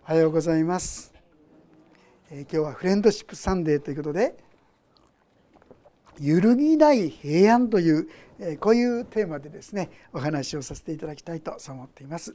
おはようございます。今日はフレンドシップサンデーということで、揺るぎない平安というこういうテーマでですね、お話をさせていただきたいとそう思っています。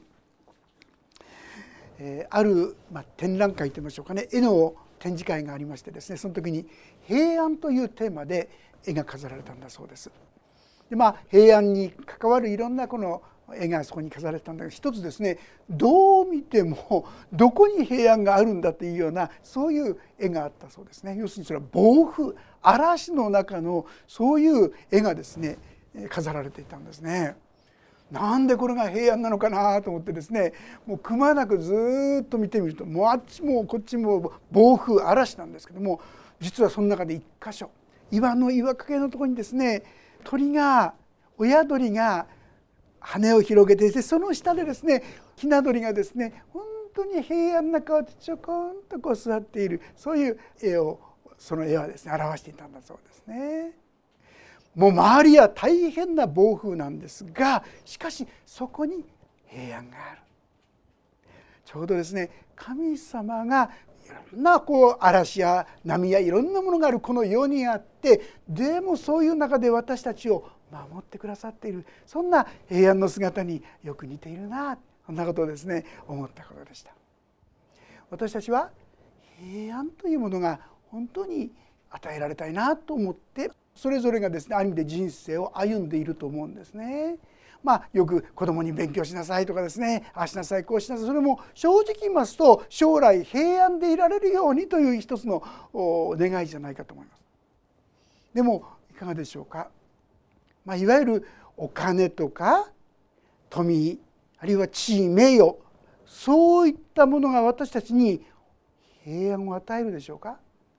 ある、展覧会といいましょうかね、絵の展示会がありましてですね、その時に平安というテーマで絵が飾られたんだそうです。で平安に関わるいろんなこの絵がそこに飾られたんだけど、一つですね、どう見てもどこに平安があるんだというようなそういう絵があったそうですね。要するにそれは暴風、嵐の中のそういう絵がですね飾られていたんですね。なんでこれが平安なのかなと思ってですね、もうくまなくずっと見てみると、もうあっちもこっちも暴風嵐なんですけども、実はその中で一箇所、岩の岩陰のところにですね、親鳥が羽を広げていて、その下でですねひな鳥がですね本当に平安な顔でちょこんとこう座っている、そういう絵を、その絵はですね表していたんだそうですね。もう周りは大変な暴風なんですが、しかしそこに平安がある。ちょうどですね、神様がいろんな嵐や波やいろんなものがあるこの世にあって、でもそういう中で私たちを守ってくださっている、そんな平安の姿によく似ているな、そんなことをですね思ったことでした。私たちは平安というものが本当に与えられたいなと思って、それぞれがですねある意味で人生を歩んでいると思うんですね。よく子供に勉強しなさいとかですね、ああしなさいこうしなさい、それも正直言いますと将来平安でいられるようにという一つの願いじゃないかと思います。でもいかがでしょうか。いわゆるお金とか富、あるいは地位名誉、そういったものが私たちに平安を与えるでしょうか。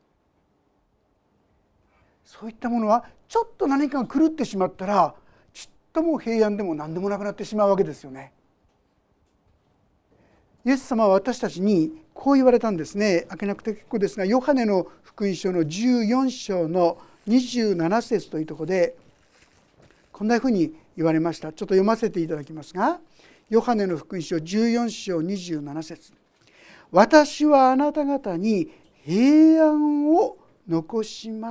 そういったものはちょっと何かが狂ってしまったら、ちっとも平安でも何でもなくなってしまうわけですよね。イエス様は私たちにこう言われたんですね。開けなくて結構ですが、ヨハネの福音書の14章の27節というところでこんなふうに言われました。ちょっと読ませていただきますが、ヨハネの福音書14章27節、私はあなた方に平安を残します。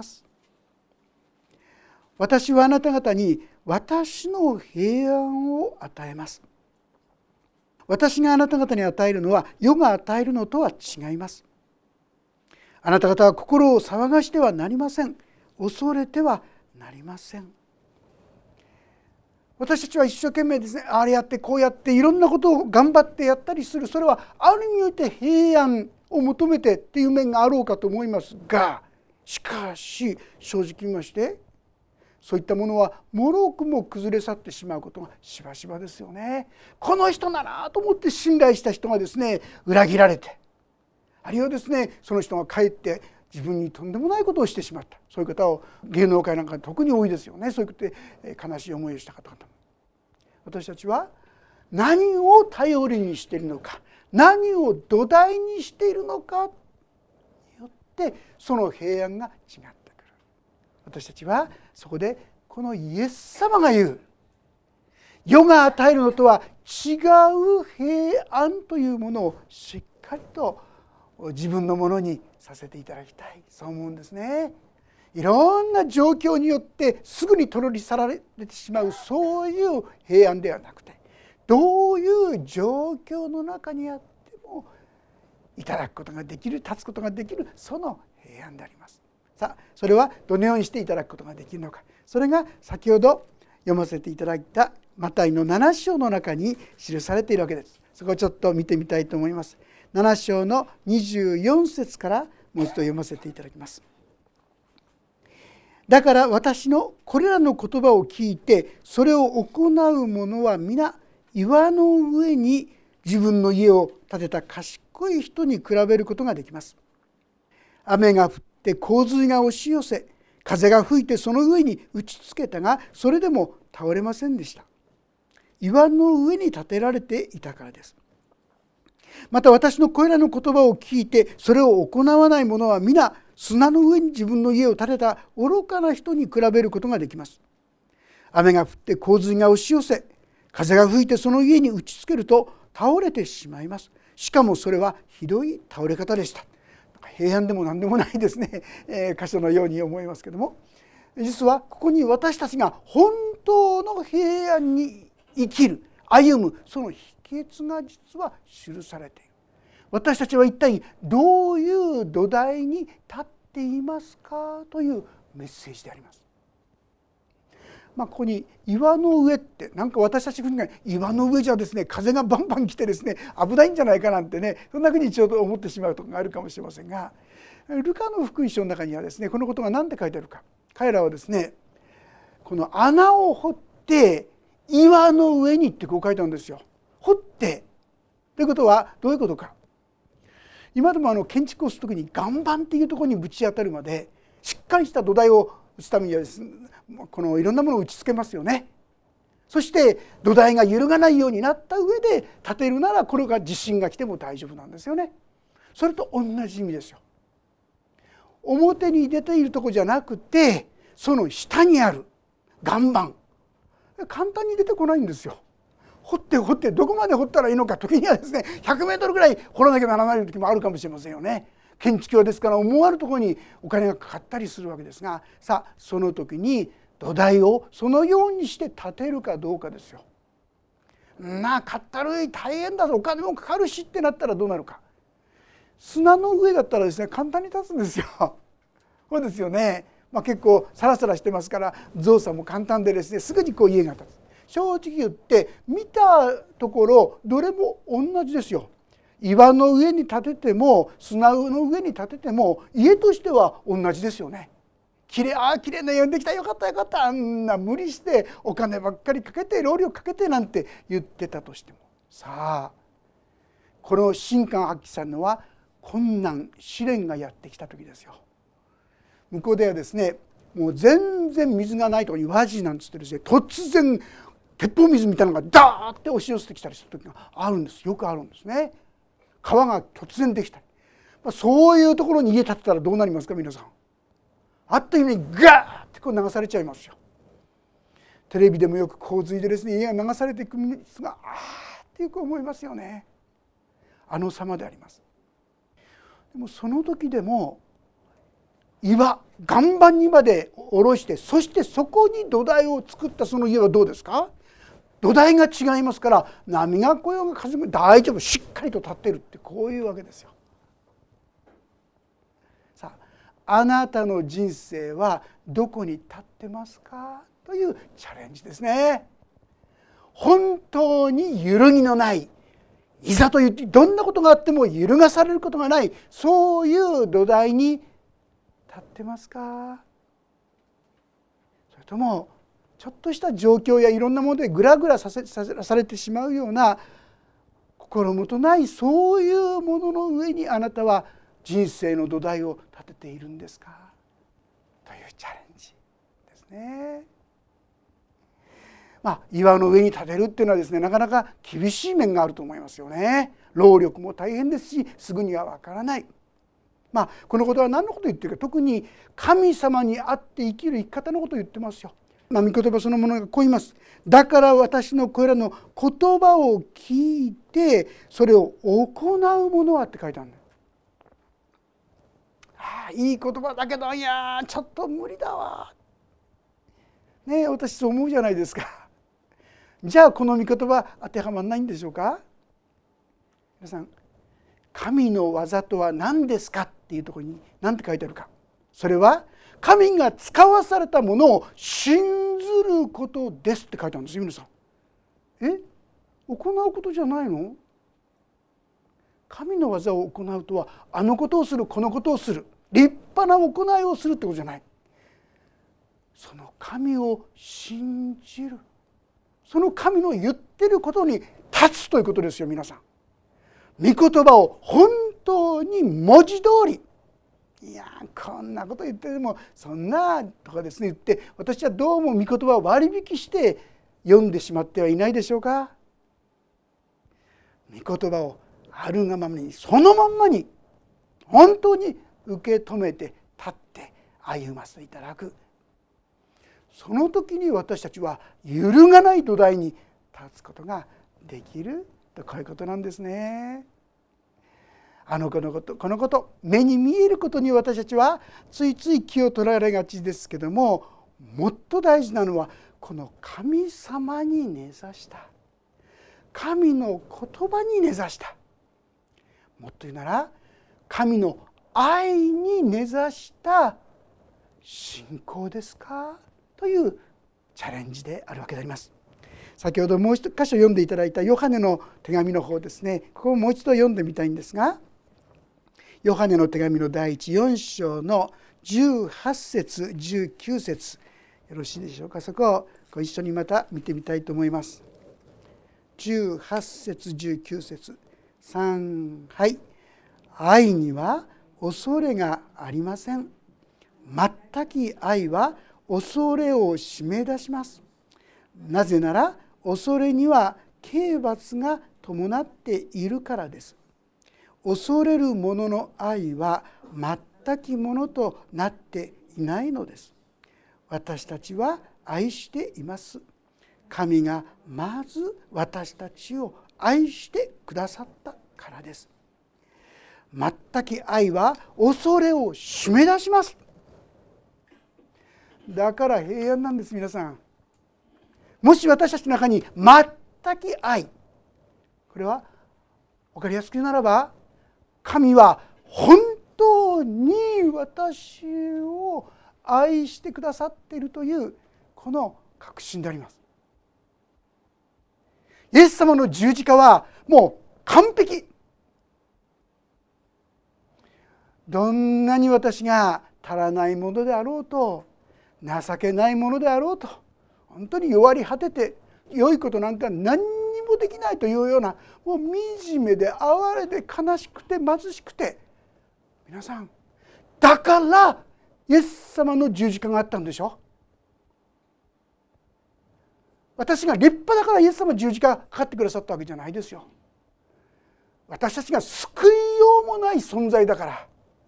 私はあなた方に私の平安を与えます。私があなた方に与えるのは世が与えるのとは違います。あなた方は心を騒がしてはなりません。恐れてはなりません。私たちは一生懸命ですね、あれやってこうやっていろんなことを頑張ってやったりする。それはある意味において平安を求めてっていう面があろうかと思いますが、しかし正直言いましてそういったものはもろくも崩れ去ってしまうことがしばしばですよね。この人ならと思って信頼した人がですね裏切られて、あるいはですねその人がかえって自分にとんでもないことをしてしまった、そういう方を芸能界なんか特に多いですよね。そういうことで悲しい思いをした方々も。私たちは何を頼りにしているのか、何を土台にしているのかによってその平安が違ってくる。私たちはそこでこのイエス様が言う世が与えるのとは違う平安というものをしっかりと自分のものにさせていただきたい、そう思うんですね。いろんな状況によってすぐに取り去られてしまう、そういう平安ではなくて、どういう状況の中にあってもいただくことができる、立つことができる、その平安であります。さあ、それはどのようにしていただくことができるのか、それが先ほど読ませていただいたマタイの7章の中に記されているわけです。そこをちょっと見てみたいと思います。7章の24節からもう一度読ませていただきます。だから私のこれらの言葉を聞いてそれを行う者は皆岩の上に自分の家を建てた賢い人に比べることができます。雨が降って洪水が押し寄せ、風が吹いてその上に打ちつけたが、それでも倒れませんでした。岩の上に建てられていたからです。また私のこれらの言葉を聞いてそれを行わない者は皆砂の上に自分の家を建てた愚かな人に比べることができます。雨が降って洪水が押し寄せ、風が吹いてその家に打ちつけると倒れてしまいます。 しかもそれはひどい倒れ方でした。平安でも何でもないですね、箇所のように思いますけども、実はここに私たちが本当の平安に生きる歩むその秘訣が実は記されている。私たちは一体どういう土台に立っていますかというメッセージであります。ここに岩の上ってなんか私たちが岩の上じゃですね風がバンバン来てですね危ないんじゃないかなんてね、そんなふうにちょうど思ってしまうところがあるかもしれませんが、ルカの福音書の中にはですねこのことが何て書いてあるか。彼らはですねこの穴を掘って岩の上にってこう書いてあるんですよ。掘ってということはどういうことか。今でも建築をする時に岩盤っていうところにぶち当たるまでしっかりした土台を打つためにはですねこのいろんなものを打ち付けますよね。そして土台が揺るがないようになった上で建てるならこれが地震が来ても大丈夫なんですよね。それと同じ意味ですよ。表に出ているところじゃなくてその下にある岩盤、簡単に出てこないんですよ。掘って掘ってどこまで掘ったらいいのか、時にはですね100メートルぐらい掘らなきゃならない時もあるかもしれませんよね。建築用ですから思わぬところにお金がかかったりするわけですが、さあその時に土台をそのようにして建てるかどうかですよ。かったるい大変だぞ、お金もかかるしってなったらどうなるか。砂の上だったらですね簡単に立つんですよ。そうですよね。結構サラサラしてますから造作も簡単でですねすぐに家が建つ。正直言って見たところどれも同じですよ。岩の上に建てても砂の上に建てても家としては同じですよね。きれいな家ができた、よかったよかった、あんな無理してお金ばっかりかけて労力かけてなんて言ってたとしても、さあこの新官発揮されるのは困難試練がやってきた時ですよ。向こうではですねもう全然水がないところに和地なんつってですね突然鉄砲水みたいなのがダーッて押し寄せてきたりする時があるんです。よくあるんですね。川が突然できたり、そういうところに家建てたらどうなりますか皆さん。あっという間にガーッて流されちゃいますよ。テレビでもよく洪水でですね家が流されていくんですが、ってよく思いますよね。あの様であります。でもその時でも岩盤にまで下ろして、そしてそこに土台を作ったその家はどうですか。土台が違いますから波が来ようが風が大丈夫、しっかりと立ってるって、こういうわけですよ。さああなたの人生はどこに立ってますかというチャレンジですね。本当に揺るぎのない、いざというどんなことがあっても揺るがされることがない、そういう土台に立ってますか。それともちょっとした状況やいろんなものでグラグラされてしまうような心もとない、そういうものの上にあなたは人生の土台を立てているんですかというチャレンジですね。岩の上に立てるっていうのはですねなかなか厳しい面があると思いますよね。労力も大変ですしすぐにはわからない。このことは何のことを言っているか、特に神様にあって生きる生き方のことを言ってますよ。御言葉そのものがこう言います。だから私のこれらの言葉を聞いてそれを行うものはって書いてあるんだ。いい言葉だけどいやちょっと無理だわね、私そう思うじゃないですか。じゃあこの御言葉当てはまらないんでしょうか。皆さん、神の技とは何ですかっていうところに何て書いてあるか。それは神が使わされたものを信ずることですって書いてあるんですよ。皆さん、行うことじゃないの？神の技を行うとはあのことをするこのことをする、立派な行いをするってことじゃない。その神を信じる、その神の言ってることに立つということですよ。皆さん、御言葉を本当に文字通り、いやこんなこと言ってでもそんなとかですね言って、私はどうも御言葉を割引して読んでしまってはいないでしょうか。御言葉をあるがままにそのまんまに本当に受け止めて立って歩ませていただく。その時に私たちは揺るがない土台に立つことができると、こういうことなんですね。 あの子のことこのこと目に見えることに私たちはついつい気を取られがちですけども、もっと大事なのはこの神様に根ざした神の言葉に根ざした、もっと言うなら神の愛に根ざした信仰ですかというチャレンジであるわけであります。先ほどもう一箇所読んでいただいたヨハネの手紙の方ですね、ここをもう一度読んでみたいんですが、ヨハネの手紙の第4章の18節19節よろしいでしょうか。そこをご一緒にまた見てみたいと思います。18節19節3、はい。愛には恐れがありません。全き愛は恐れを締め出します。なぜなら恐れには刑罰が伴っているからです。恐れる者の愛は全きものとなっていないのです。私たちは愛しています。神がまず私たちを愛してくださったからです。全き愛は恐れを締め出します。だから平安なんです。皆さん、もし私たちの中に全き愛、これは分かりやすく言うならば、神は本当に私を愛してくださっているというこの確信であります。イエス様の十字架はもう完璧。どんなに私が足らないものであろうと、情けないものであろうと、本当に弱り果てて良いことなんか何にもできないというような、もう惨めで哀れで悲しくて貧しくて、皆さん、だからイエス様の十字架があったんでしょ。私が立派だからイエス様の十字架がかかってくださったわけじゃないですよ。私たちが救いようもない存在だから、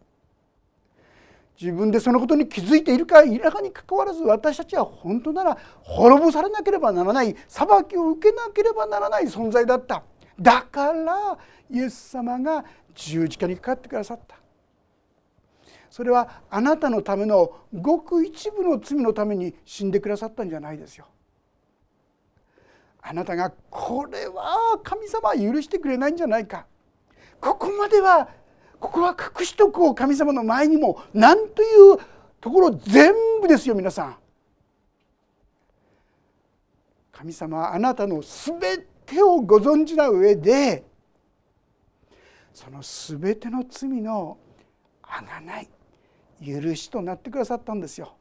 自分でそのことに気づいているか否かにかかわらず、私たちは本当なら滅ぼされなければならない、裁きを受けなければならない存在だった。だからイエス様が十字架にかかってくださった。それはあなたのためのごく一部の罪のために死んでくださったんじゃないですよ。あなたがこれは神様は許してくれないんじゃないか、ここまではここは隠しとこう神様の前にも、なんというところ全部ですよ。皆さん、神様はあなたのすべてをご存知な上で、そのすべての罪の贖い許しとなってくださったんですよ。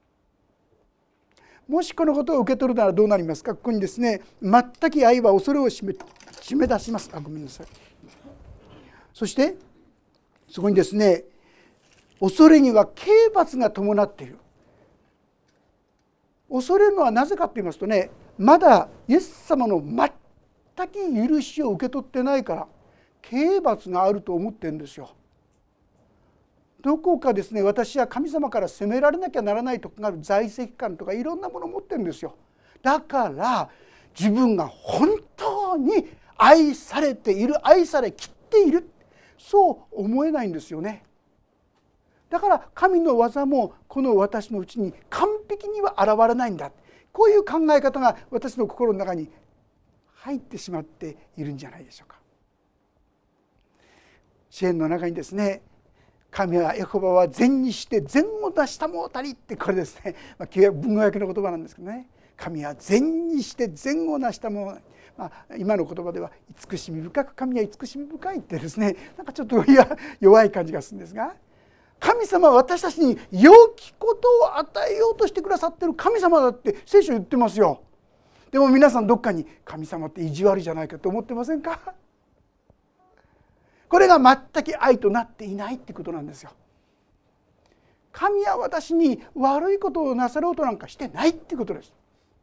もしこのことを受け取るならどうなりますか。ここにですね、全き愛は恐れを締め出します。ごめんなさい。そしてそこにですね、恐れには刑罰が伴っている。恐れるのはなぜかと言いますとね、まだイエス様の全き許しを受け取ってないから刑罰があると思ってるんですよ。どこかですね、私は神様から責められなきゃならないとかがある在籍感とかいろんなものを持ってるんですよ。だから自分が本当に愛されている、愛されきっている、そう思えないんですよね。だから神の技もこの私のうちに完璧には現れないんだ、こういう考え方が私の心の中に入ってしまっているんじゃないでしょうか。詩篇の中にですね、神はエホバは善にして善を出したもうたりって、これですね、文語訳の言葉なんですけどね、神は善にして善をなしたもう、今の言葉では慈しみ深く、神は慈しみ深いってですね、なんかちょっと弱い感じがするんですが、神様は私たちに良きことを与えようとしてくださっている神様だって聖書言ってますよ。でも皆さんどっかに神様って意地悪じゃないかと思ってませんか。これが全く愛となっていないってことなんですよ。神は私に悪いことをなさろうとなんかしてないってことです。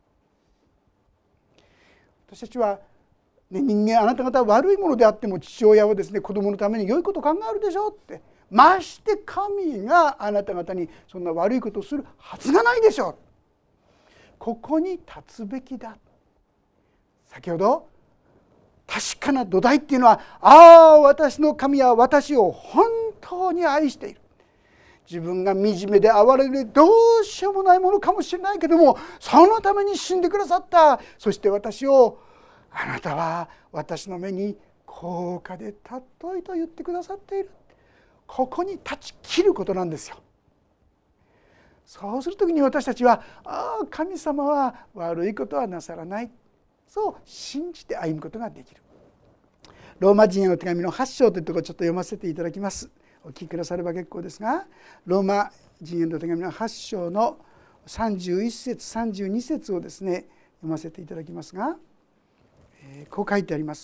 私たちは、ね、人間、あなた方は悪いものであっても父親はですね、子供のために良いことを考えるでしょうって、まして神があなた方にそんな悪いことをするはずがないでしょう。ここに立つべきだ。先ほど確かな土台っていうのは、ああ私の神は私を本当に愛している。自分が惨めで哀れでどうしようもないものかもしれないけども、そのために死んでくださった。そして私を、あなたは私の目に高価で尊いと言ってくださっている。ここに断ち切ることなんですよ。そうするときに私たちは、ああ神様は悪いことはなさらない、そう信じて歩むことができる。ローマ人への手紙の8章というところをちょっと読ませていただきます。お聞きくだされば結構ですが、ローマ人への手紙の8章の31節32節をですね読ませていただきますが、こう書いてあります。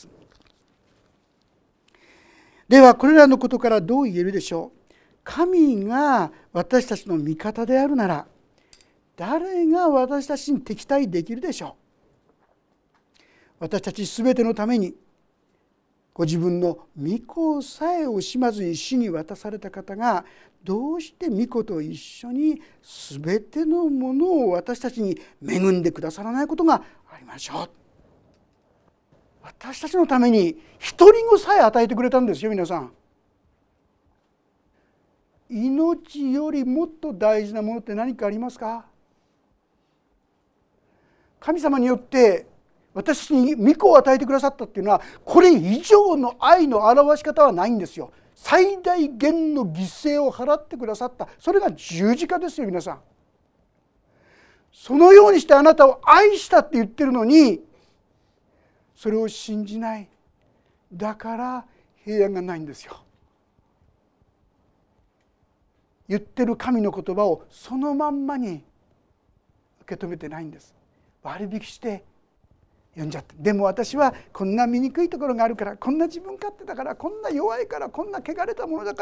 ではこれらのことからどう言えるでしょう。神が私たちの味方であるなら、誰が私たちに敵対できるでしょう。私たちすべてのためにご自分の御子さえ惜しまずに死に渡された方が、どうして御子と一緒にすべてのものを私たちに恵んでくださらないことがありましょう。私たちのために一人子さえ与えてくれたんですよ。皆さん、命よりもっと大事なものって何かありますか。神様によって私に御子を与えてくださったっていうのは、これ以上の愛の表し方はないんですよ。最大限の犠牲を払ってくださった、それが十字架ですよ。皆さん、そのようにしてあなたを愛したって言ってるのに、それを信じない。だから平安がないんですよ。言ってる神の言葉をそのまんまに受け止めてないんです。割引して読んじゃって、でも私はこんな醜いところがあるから、こんな自分勝手だから、こんな弱いから、こんな汚れたものだから。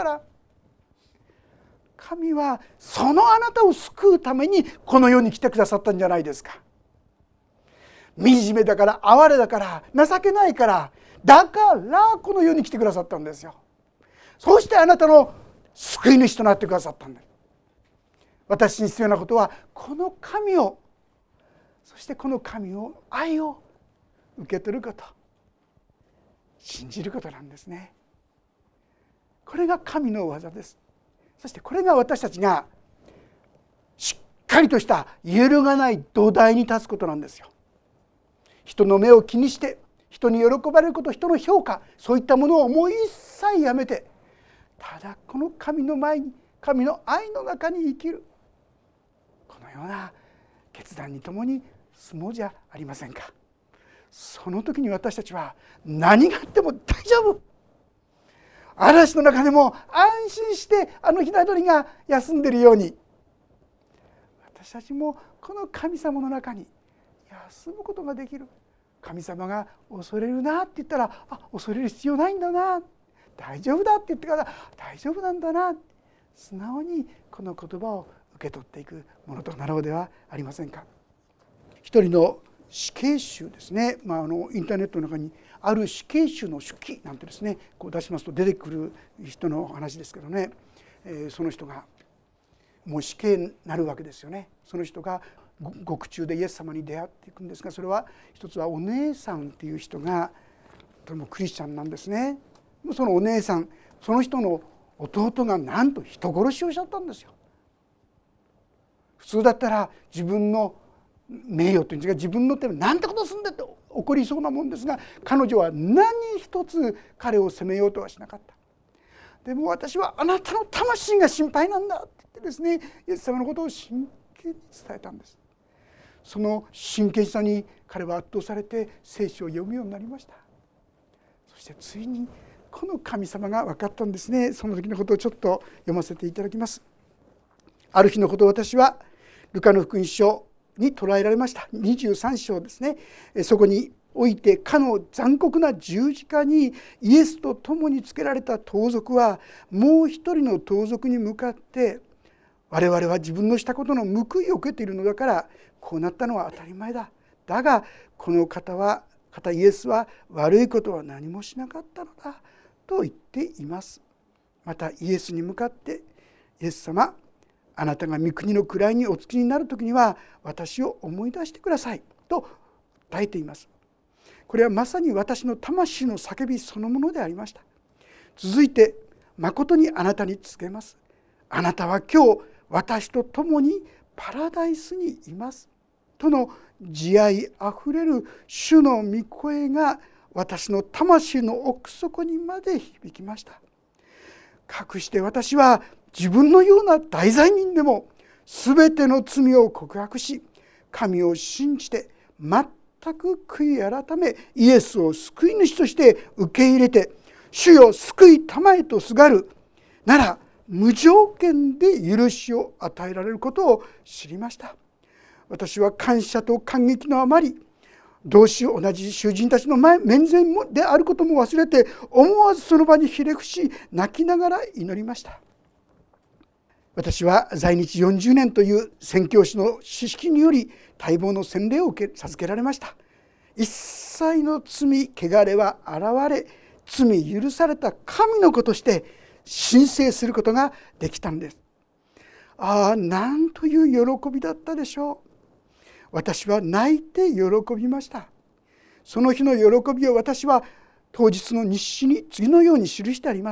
神はそのあなたを救うためにこの世に来てくださったんじゃないですか。惨めだから、哀れだから、情けないから、だからこの世に来てくださったんですよ。そうしてあなたの救い主となってくださったんです。私に必要なことはこの神を、そしてこの神を、愛を受け取ること、信じることなんですね。これが神の技です。そしてこれが私たちがしっかりとした揺るがない土台に立つことなんですよ。人の目を気にして、人に喜ばれること、人の評価、そういったものをもう一切やめて、ただこの神の前に、神の愛の中に生きる、このような決断にともに住もうじゃありませんか。その時に私たちは何があっても大丈夫、嵐の中でも安心してあのひな鳥が休んでいるように、私たちもこの神様の中に休むことができる。神様が恐れるなって言ったら、恐れる必要ないんだな、大丈夫だって言ってから大丈夫なんだな、素直にこの言葉を受け取っていくものとなろうではありませんか。一人の死刑囚ですね、インターネットの中にある死刑囚の手記なんてですね、こう出しますと出てくる人の話ですけどね、その人がもう死刑になるわけですよね。その人が獄中でイエス様に出会っていくんですが、それは一つはお姉さんっていう人がとてもクリスチャンなんですね。そのお姉さん、その人の弟がなんと人殺しをしちゃったんですよ。普通だったら自分の名誉というんですか、自分の手でなんてことすんだって怒りそうなもんですが、彼女は何一つ彼を責めようとはしなかった。でも私はあなたの魂が心配なんだって言ってですね、イエス様のことを真剣に伝えたんです。その真剣さに彼は圧倒されて聖書を読むようになりました。そしてついにこの神様が分かったんですね。その時のことをちょっと読ませていただきます。ある日のこと、私はルカの福音書に捉えられました。23章ですね。そこにおいてかの残酷な十字架にイエスと共につけられた盗賊は、もう一人の盗賊に向かって、我々は自分のしたことの報いを受けているのだからこうなったのは当たり前だ。だがこの方イエスは悪いことは何もしなかったのだと言っています。またイエスに向かって、イエス様、あなたが御国の位にお着きになる時には私を思い出してくださいと訴えています。 これはまさに私の魂の叫びそのものでありました。続いて、誠にあなたに告げます。あなたは今日私と共にパラダイスにいますとの慈愛あふれる主の御声が私の魂の奥底にまで響きました。かくして私は自分のような大罪人でも全ての罪を告白し、神を信じて全く悔い改め、イエスを救い主として受け入れて、主よ救いたまえとすがるなら、無条件で許しを与えられることを知りました。私は感謝と感激のあまり、同種同じ囚人たちの面前であることも忘れて、思わずその場にひれ伏し泣きながら祈りました。私は在日40年という宣教師の知識により待望の洗礼を授けられました。一切の罪汚れは現れ、罪許された神の子として申請することができたんです。なんという喜びだったでしょう。私は泣いて喜びました。その日の喜びを私は当日の日誌に次のように記してあります。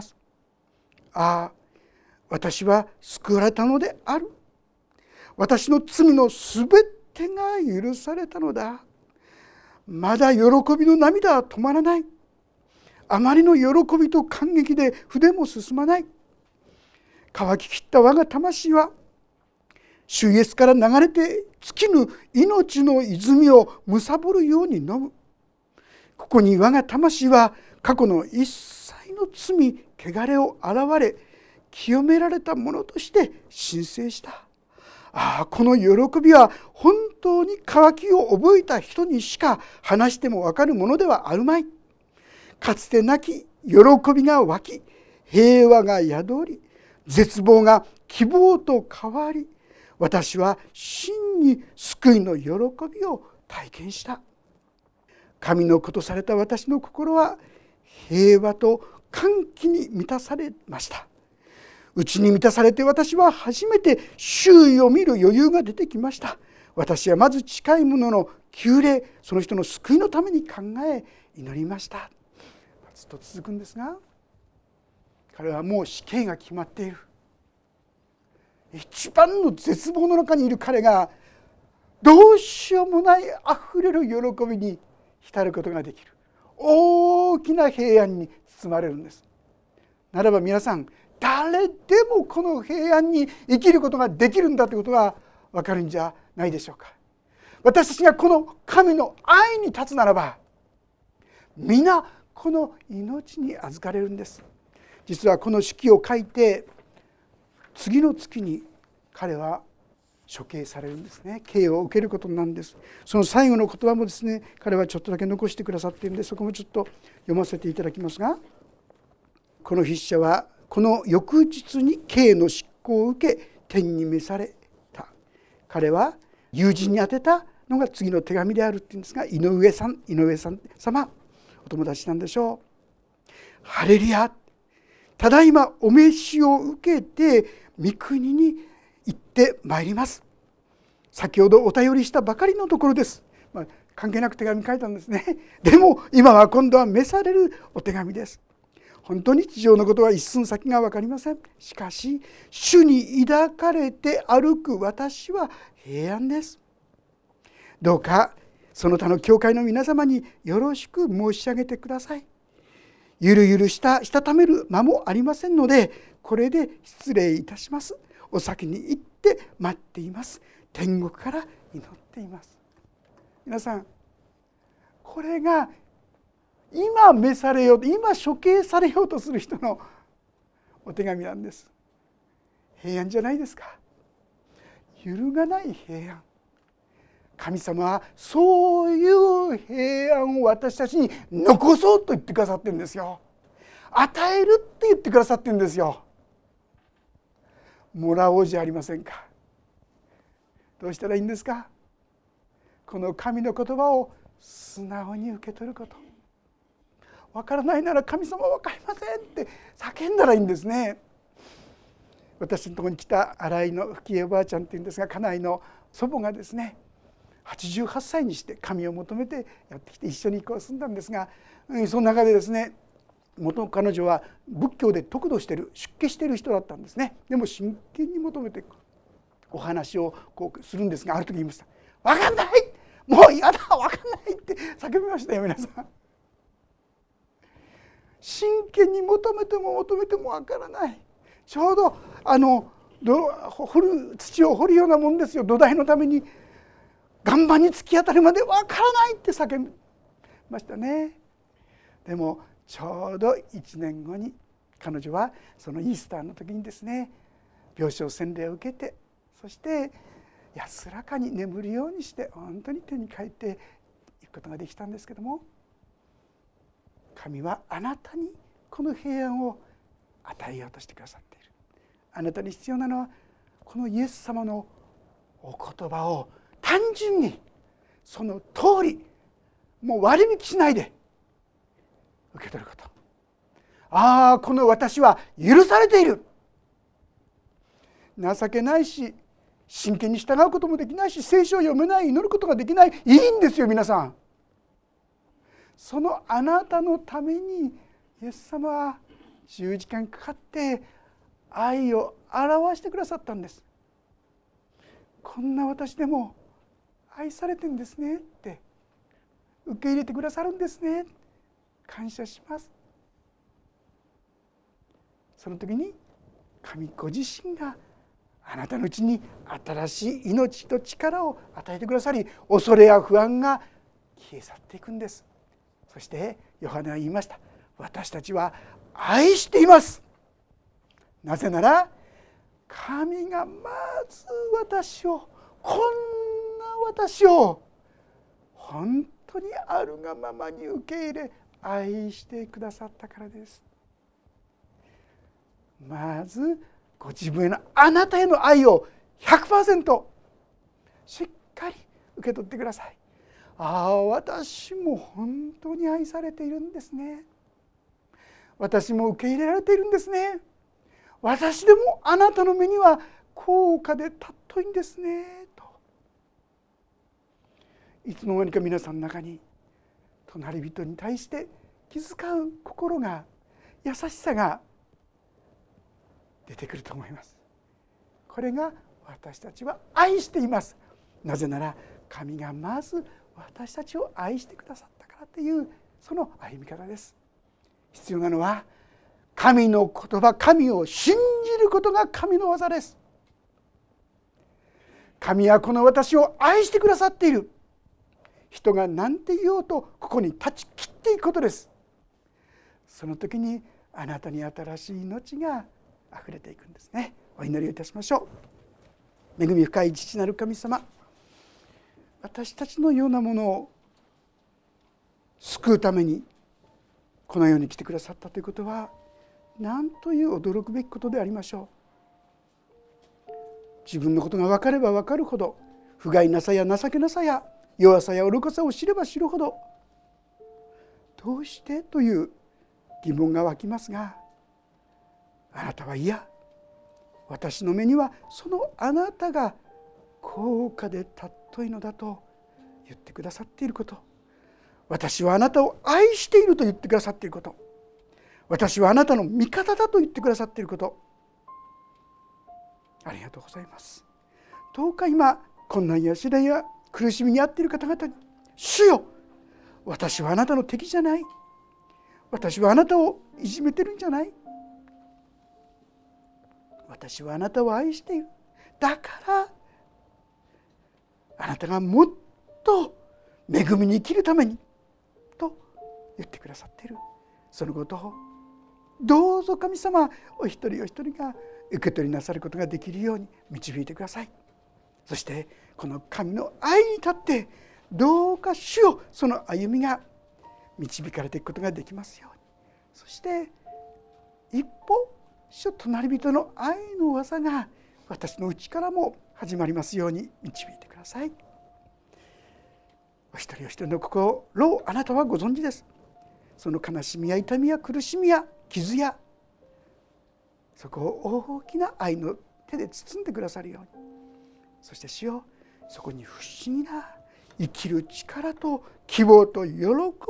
私は救われたのである。私の罪のすべてが許されたのだ。まだ喜びの涙は止まらない。あまりの喜びと感激で筆も進まない。乾ききった我が魂は主イエスから流れて尽きぬ命の泉を貪るように飲む。ここに我が魂は過去の一切の罪汚れを洗われ、清められたものとして申請した。この喜びは本当に渇きを覚えた人にしか話してもわかるものではあるまい。かつてなき喜びが湧き、平和が宿り、絶望が希望と変わり、私は真に救いの喜びを体験した。神の子とされた私の心は平和と歓喜に満たされました。内に満たされて私は初めて周囲を見る余裕が出てきました。私はまず近い者の救励、その人の救いのために考え祈りました。ずっと続くんですが、彼はもう死刑が決まっている。一番の絶望の中にいる彼がどうしようもないあふれる喜びに浸ることができる。大きな平安に包まれるんです。ならば皆さん、誰でもこの平安に生きることができるんだということが分かるんじゃないでしょうか。私たちがこの神の愛に立つならば、皆この命に預かれるんです。実はこの手記を書いて次の月に彼は処刑されるんですね。刑を受けることなんです。その最後の言葉もですね、彼はちょっとだけ残してくださっているので、そこもちょっと読ませていただきますが、この筆者はこの翌日に刑の執行を受け天に召された。彼は友人に宛てたのが次の手紙であるっていうんですが、井上さん様、お友達なんでしょう。ハレルヤ、ただいまお召しを受けて御国に行ってまいります。先ほどお便りしたばかりのところです。関係なく手紙書いたんですね。でも今は今度は召されるお手紙です。本当に地上のことは一寸先が分かりません。しかし主に抱かれて歩く私は平安です。どうかその他の教会の皆様によろしく申し上げてください。ゆるゆるしたためる間もありませんので、これで失礼いたします。お先に行って待っています。天国から祈っています。皆さん、これが今召されよう、今処刑されようとする人のお手紙なんです。平安じゃないですか。揺るがない平安。神様はそういう平安を私たちに残そうと言ってくださってるんですよ。与えるって言ってくださってるんですよ。もらおうじゃありませんか。どうしたらいいんですか。この神の言葉を素直に受け取ること。分からないなら神様分かりませんって叫んだらいいんですね。私のところに来た新井の吹江おばあちゃんっていうんですが、家内の祖母がですね、 88歳にして神を求めてやってきて一緒に住んだんですが、その中でですね、彼女は仏教で得度している、出家している人だったんですね。でも真剣に求めてお話をするんですが、ある時言いました。分かんない、もう嫌だ、分かんないって叫びましたよ皆さん。真剣に求めても求めても分からない。ちょうど土を掘るようなもんですよ。土台のために岩盤に突き当たるまで分からないって叫びましたね。でもちょうど1年後に彼女はそのイースターの時にですね、病床洗礼を受けて、そして安らかに眠るようにして本当に手に帰っていくことができたんですけども、神はあなたにこの平安を与えようとしてくださっている。あなたに必要なのはこのイエス様のお言葉を単純にその通り、もう割引しないで受け取ること。ああ、この私は許されている。情けないし、真剣に従うこともできないし、聖書を読めない、祈ることができない、いいんですよ皆さん。そのあなたのためにイエス様は十字架にかかって愛を表してくださったんです。こんな私でも愛されてるんですねって、受け入れてくださるんですね、感謝します。その時に神ご自身があなたのうちに新しい命と力を与えてくださり、恐れや不安が消え去っていくんです。そしてヨハネは言いました。私たちは愛しています。なぜなら神がまず私を、こんな私を本当にあるがままに受け入れ愛してくださったからです。まずご自分へのあなたへの愛を 100% しっかり受け取ってください。ああ、私も本当に愛されているんですね。私も受け入れられているんですね。私でもあなたの目には高価で尊いんですねと、いつの間にか皆さんの中に隣人に対して気遣う心が、優しさが出てくると思います。これが私たちは愛しています。なぜなら神がまず私たちを愛してくださったからというその歩み方です。必要なのは神の言葉、神を信じることが神の技です。神はこの私を愛してくださっている。人が何て言おうとここに立ち切っていくことです。その時にあなたに新しい命があふれていくんですね。お祈りをいたしましょう。恵み深い父なる神様、私たちのようなものを救うためにこの世に来てくださったということは、何という驚くべきことでありましょう。自分のことが分かれば分かるほど、不甲斐なさや情けなさや弱さや愚かさを知れば知るほど、どうしてという疑問が湧きますが、あなたはいや、私の目にはそのあなたが高価で尊いのだと言ってくださっていること、私はあなたを愛していると言ってくださっていること、私はあなたの味方だと言ってくださっていること、ありがとうございます。どうか今困難や試練や苦しみに遭っている方々に、主よ、私はあなたの敵じゃない、私はあなたをいじめてるんじゃない、私はあなたを愛している、だからあなたがもっと恵みに生きるためにと言ってくださっている、そのことをどうぞ神様、お一人お一人が受け取りなさることができるように導いてください。そしてこの神の愛に立ってどうか主よ、その歩みが導かれていくことができますように。そして一歩主よ、隣人の愛の技が私の内からも始まりますように導いてください。お一人お一人の心をあなたはご存知です。その悲しみや痛みや苦しみや傷や、そこを大きな愛の手で包んでくださるように。そして主よ、そこに不思議な生きる力と希望と喜び、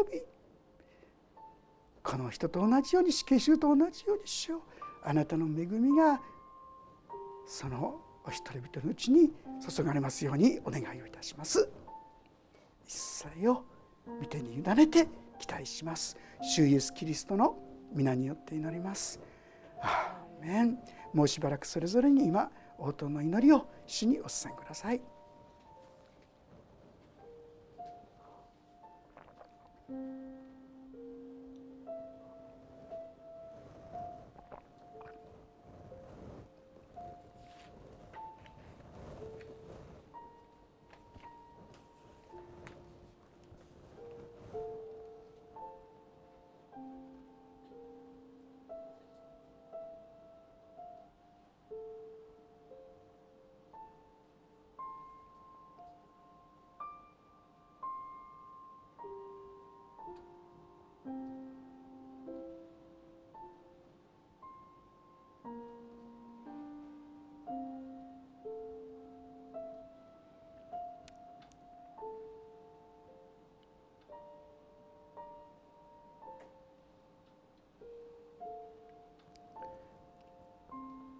この人と同じように、死刑囚と同じように、主よ、あなたの恵みがそのお一人々のうちに注がれますようにお願いをいたします。一切を御手に委ねて期待します。主イエスキリストの皆によって祈ります。アーメン。もうしばらくそれぞれに今応答の祈りを主にお捧げください。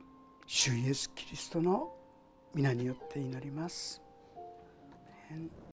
主イエスキリストの皆によって祈ります。